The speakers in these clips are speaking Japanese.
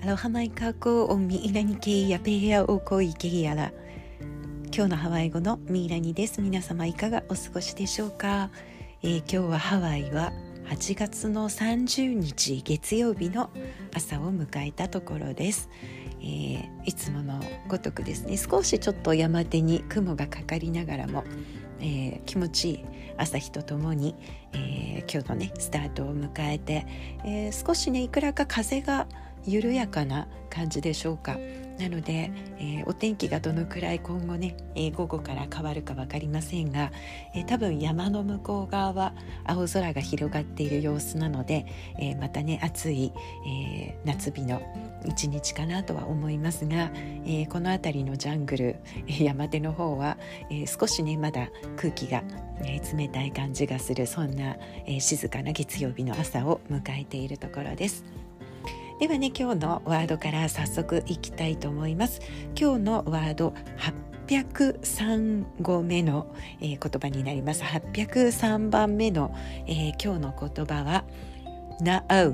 ロハマイカコおミイラニケやペアオコイケやら。今日のハワイ語のミイラニです。皆様いかがお過ごしでしょうか。今日はハワイは8月の30日月曜日の朝を迎えたところです。いつものごとくですね、少しちょっと山手に雲がかかりながらも、気持ちいい朝日とともに、今日のねスタートを迎えて、少しねいくらか風が緩やかな感じでしょうか。なので、お天気がどのくらい今後ね、午後から変わるか分かりませんが、多分山の向こう側は青空が広がっている様子なので、またね暑い、夏日の一日かなとは思いますが、この辺りのジャングル、山手の方は、少しねまだ空気が、冷たい感じがする、そんな、静かな月曜日の朝を迎えているところです。ではね、今日のワードから早速いきたいと思います。今日のワード803語目の、言葉になります。803番目の、今日の言葉はなおう。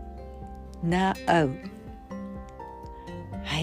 はい、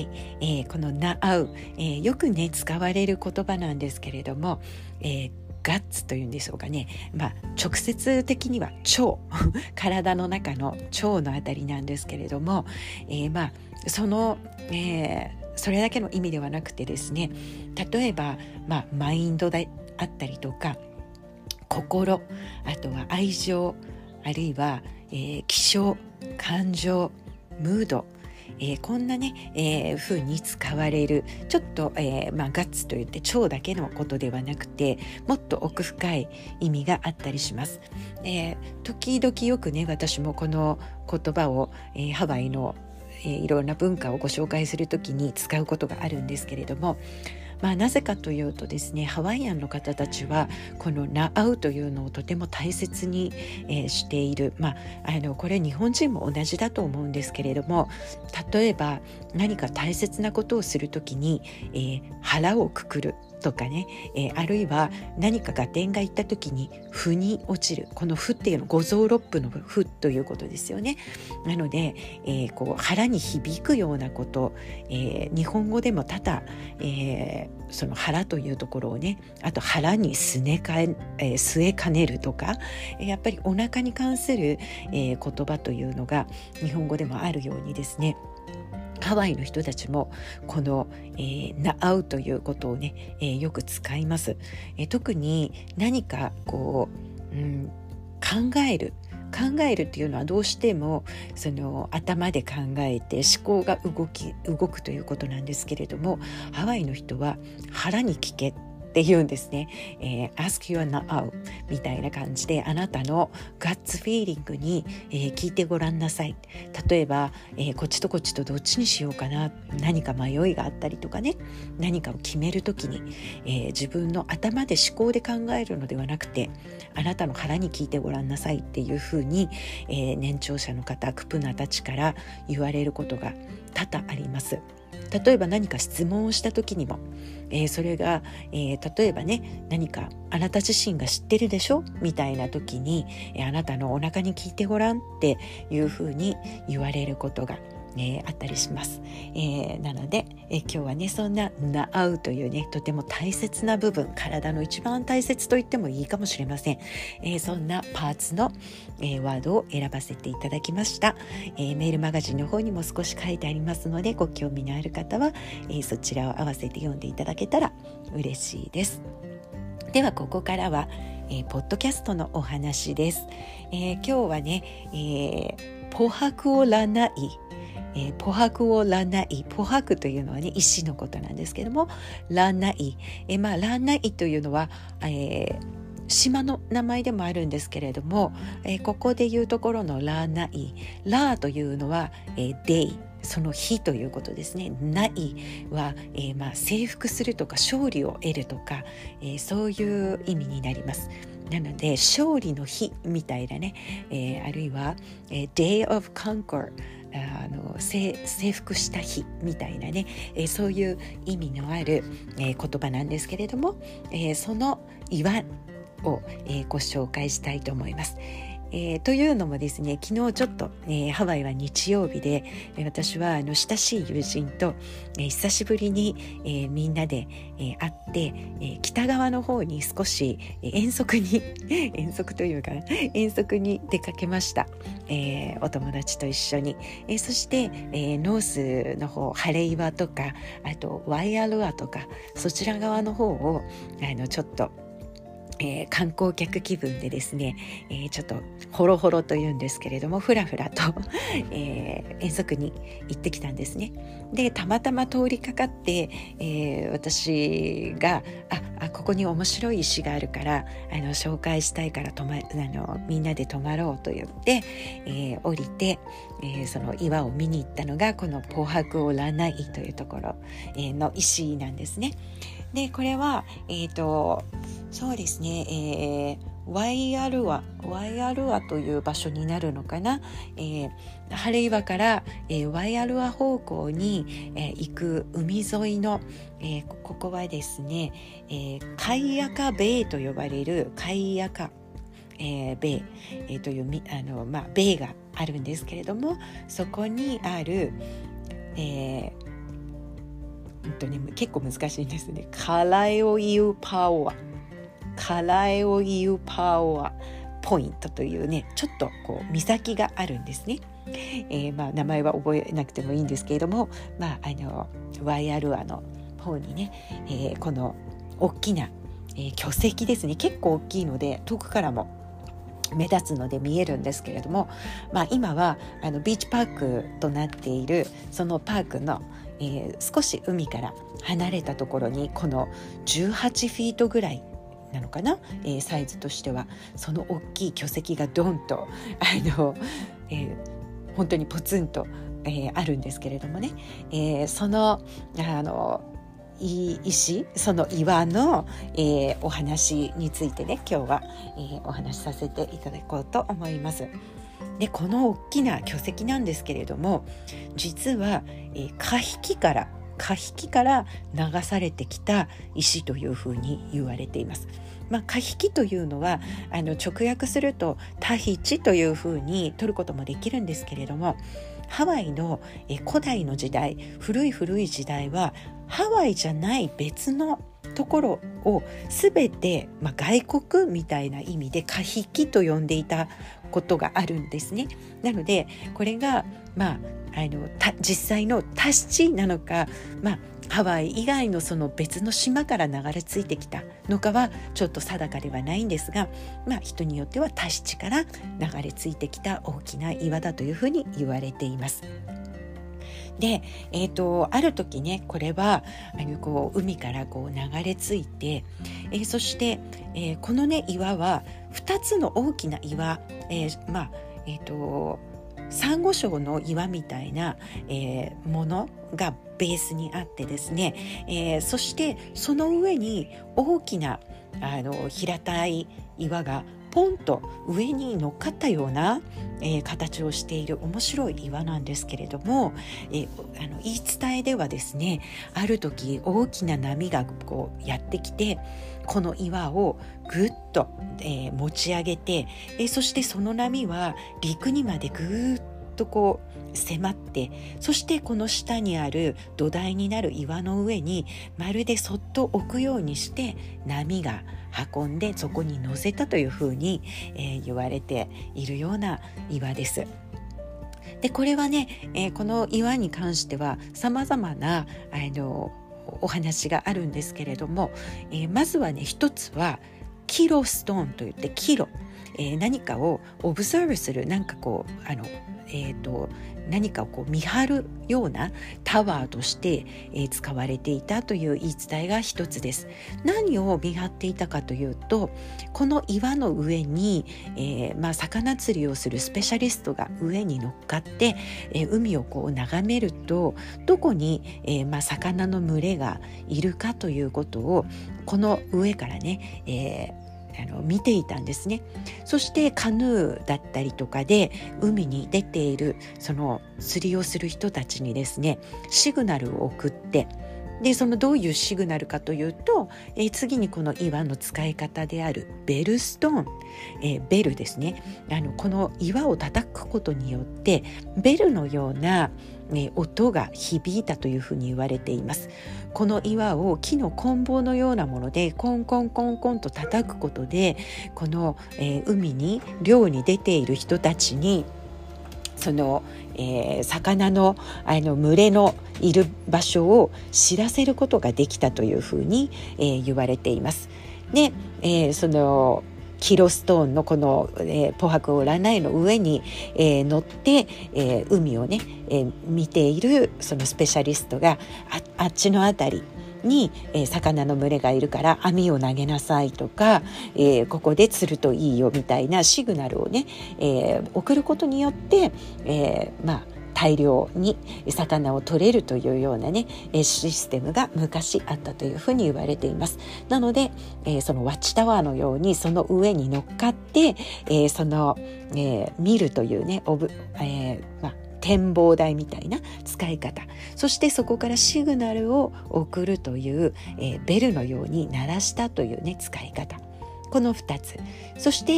このなおう、よくね使われる言葉なんですけれども、ガッツというんでしょうかね、直接的には腸体の中の腸のあたりなんですけれども、その、それだけの意味ではなくてですね、例えば、マインドであったりとか心、あとは愛情、あるいは、気象、感情、ムード、こんなね、風に使われる、ちょっと、ガッツといって腸だけのことではなくて、もっと奥深い意味があったりします。時々よくね、私もこの言葉を、ハワイの、いろんな文化をご紹介するときに使うことがあるんですけれども、なぜかというとですね、ハワイアンの方たちはこのナアウというのをとても大切に、している。これ日本人も同じだと思うんですけれども、例えば何か大切なことをするときに、腹をくくるとかね、あるいは何か合点がいった時に負に落ちる、この負っていうの五臓六腑の負ということですよね。なので、こう腹に響くようなこと、日本語でも多々、その腹というところをね、あと腹に据えかねるとか、やっぱりお腹に関する、言葉というのが日本語でもあるようにですね、ハワイの人たちもこの、なあうということをね、よく使います。特に何かこう、考えるっていうのはどうしてもその頭で考えて思考が動くということなんですけれども、ハワイの人は腹に聞けって言うんですね。ask your now みたいな感じで、あなたのガッツフィーリングに、聞いてごらんなさい。例えば、こっちとこっちとどっちにしようかな、何か迷いがあったりとかね、何かを決めるときに、自分の頭で思考で考えるのではなくて、あなたの腹に聞いてごらんなさいっていうふうに、年長者の方、クプナたちから言われることが多々あります。例えば何か質問をした時にも、それが、例えばね、何かあなた自身が知ってるでしょみたいな時に、あなたのお腹に聞いてごらんっていうふうに言われることが、あったりします。なので、今日はね、そんななあうというね、とても大切な部分、体の一番大切と言ってもいいかもしれません。そんなパーツの、ワードを選ばせていただきました。メールマガジンの方にも少し書いてありますので、ご興味のある方は、そちらを合わせて読んでいただけたら嬉しいです。ではここからは、ポッドキャストのお話です。今日はね、ポハクオラナイ、ポハクをラナイ、ポハクというのはね、石のことなんですけども、ラナイ、ラナイというのは、島の名前でもあるんですけれども、ここでいうところのラナイ、ラというのは、デイ、その日ということですね。ナイは、征服するとか勝利を得るとか、そういう意味になります。なので勝利の日みたいなね、あるいは、Day of Conquer、征服した日みたいなね、そういう意味のある、言葉なんですけれども、その岩を、ご紹介したいと思います。 というのもですね、昨日ちょっと、ハワイは日曜日で、私は親しい友人と、久しぶりに、みんなで、会って、北側の方に少し、遠足というか遠足に出かけました、お友達と一緒に、そして、ノースの方、ハレイワとか、あとワイアルアとか、そちら側の方をちょっと観光客気分でですね、ちょっとホロホロというんですけれども、ふらふらと、遠足に行ってきたんですね。で、たまたま通りかかって、私がここに面白い石があるから紹介したいからみんなで泊まろうと言って、降りて、その岩を見に行ったのがこのポハクオラナイというところ、の石なんですね。で、これはそうですね、ワイアルアという場所になるのかな、ハレイワから、ワイアルア方向に、行く海沿いの、ここはですね、カイアカベイと呼ばれるカイアカ、ベイ、というベイがあるんですけれども、そこにある、結構難しいんですね。カラエオイウパオアポイントというね、ちょっとこう岬があるんですね。名前は覚えなくてもいいんですけれども、ワイアルアの方にね、この大きな、巨石ですね。結構大きいので遠くからも目立つので見えるんですけれども、今はビーチパークとなっているそのパークの、少し海から離れたところに、この18フィートぐらいなのかな、サイズとしてはその大きい巨石がドンと本当にポツンと、あるんですけれどもね、その石、その岩の、お話についてね、今日は、お話しさせていただこうと思います。で、この大きな巨石なんですけれども、実は、下壁から流されてきた石というふうに言われています。下壁というのは直訳するとタヒチというふうに取ることもできるんですけれども、ハワイの古代の時代、古い時代はハワイじゃない別のところをすべて、外国みたいな意味で下壁と呼んでいたことがあるんですね。なのでこれが実際のタシチなのか、ハワイ以外のその別の島から流れ着いてきたのかはちょっと定かではないんですが、人によってはタシチから流れ着いてきた大きな岩だというふうに言われています。で、ある時ね、これは海から流れ着いて、そして、このね岩は2つの大きな岩、サンゴ礁の岩みたいな、ものがベースにあってですね、そしてその上に大きな平たい岩がポンと上に乗っかったような、形をしている面白い岩なんですけれども、言い伝えではですね、ある時大きな波がやってきて、この岩をぐっと、持ち上げて、そしてその波は陸にまでぐっと迫って、そしてこの下にある土台になる岩の上にまるでそっと置くようにして波が運んでそこに乗せたというふうに、言われているような岩です。で、これはね、この岩に関しては様々なお話があるんですけれども、まずはね、一つはキロストーンといって、キロ、何かをオブザーブする、何かを見張るようなタワーとして、使われていたという言い伝えが一つです。何を見張っていたかというと、この岩の上に、魚釣りをするスペシャリストが上に乗っかって、海を眺めるとどこに、魚の群れがいるかということをこの上からね、見ていたんですね。そしてカヌーだったりとかで海に出ているその釣りをする人たちにですね、シグナルを送って、 でそのどういうシグナルかというと、次にこの岩の使い方であるベルストーン、ベルですね。この岩を叩くことによってベルのような音が響いたというふうに言われています。この岩を木の棍棒のようなものでコンコンコンコンと叩くことで、この、海に漁に出ている人たちにその、魚の群れのいる場所を知らせることができたというふうに、言われています。で、そのキロストーンのこの、ポハクオラナイの上に、乗って、海をね、見ているそのスペシャリストがあっちのあたりに、魚の群れがいるから網を投げなさいとか、ここで釣るといいよみたいなシグナルをね、送ることによって、大量に魚を取れるというようなねシステムが昔あったというふうに言われています。なので、そのワッチタワーのようにその上に乗っかって、その、見るというね展望台みたいな使い方、そしてそこからシグナルを送るという、ベルのように鳴らしたというね使い方、この2つ。そして、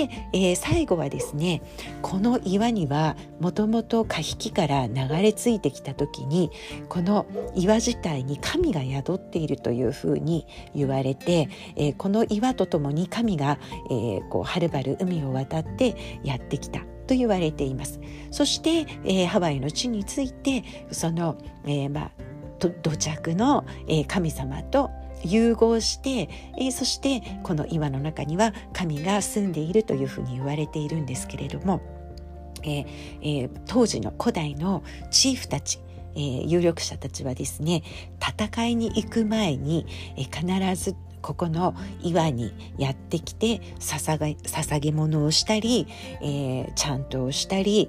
最後はですね、この岩にはもともと下壁から流れ着いてきた時にこの岩自体に神が宿っているというふうに言われて、この岩とともに神が、はるばる海を渡ってやってきたと言われています。そして、ハワイの地についてその、土着の、神様と融合して、そしてこの岩の中には神が住んでいるというふうに言われているんですけれども、当時の古代のチーフたち、有力者たちはですね、戦いに行く前に、必ずここの岩にやってきて捧げ物をしたり、チャントをしたり、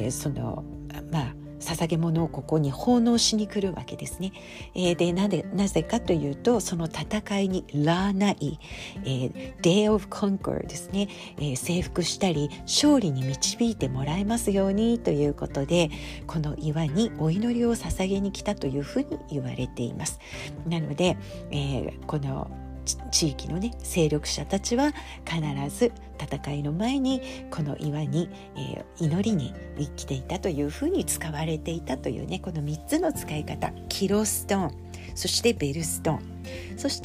捧げ物をここに奉納しに来るわけですね。でなぜかというと、その戦いにラーナイ、Day of Conquer ですね、征服したり勝利に導いてもらえますようにということで、この岩にお祈りを捧げに来たというふうに言われています。なので、この地域のね勢力者たちは必ず戦いの前にこの岩に、祈りに来ていたというふうに使われていたというね、この3つの使い方、キロストーン、そしてベルストーン、そして、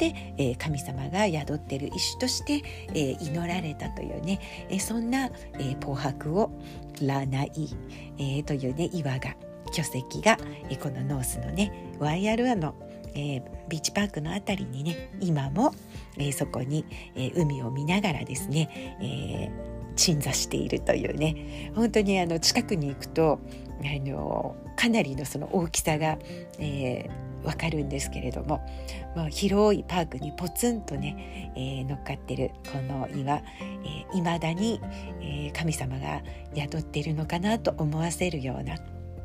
神様が宿っている石として、祈られたというね、そんな、ポハクをラナイ、というね岩が巨石が、このノースのねワイアルアのビーチパークのあたりにね今も、そこに、海を見ながらですね、鎮座しているというね、本当に近くに行くとかなりのその大きさが、わかるんですけれども、広いパークにポツンとね、乗っかってるこの岩、未だに、神様が宿っているのかなと思わせるような、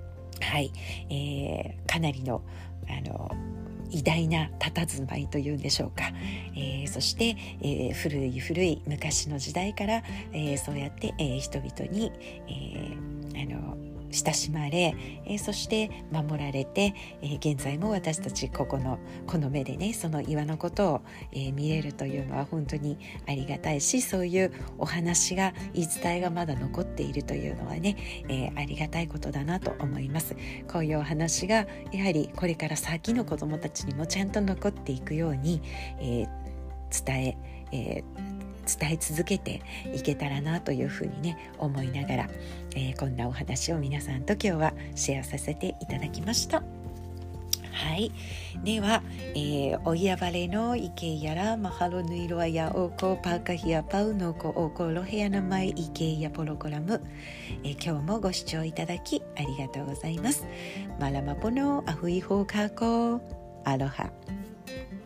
かなりの偉大な佇まいというんでしょうか、そして、古い昔の時代から、そうやって、人々に、親しまれ、そして守られて、現在も私たちこの目でねその岩のことを、見れるというのは本当にありがたいし、そういうお話が言い伝えがまだ残っているというのはね、ありがたいことだなと思います。こういうお話がやはりこれから先の子どもたちにもちゃんと残っていくように、伝え続けていけたらなというふうにね思いながら、こんなお話を皆さんと今日はシェアさせていただきました。はい、では、おいやばれのいけやらマハロヌイロアヤオコパーカヒアパウノコオコロヘヤナマイイケやポロコラム、今日もご視聴いただきありがとうございます。マラマポのアフイホーカーコアロハ。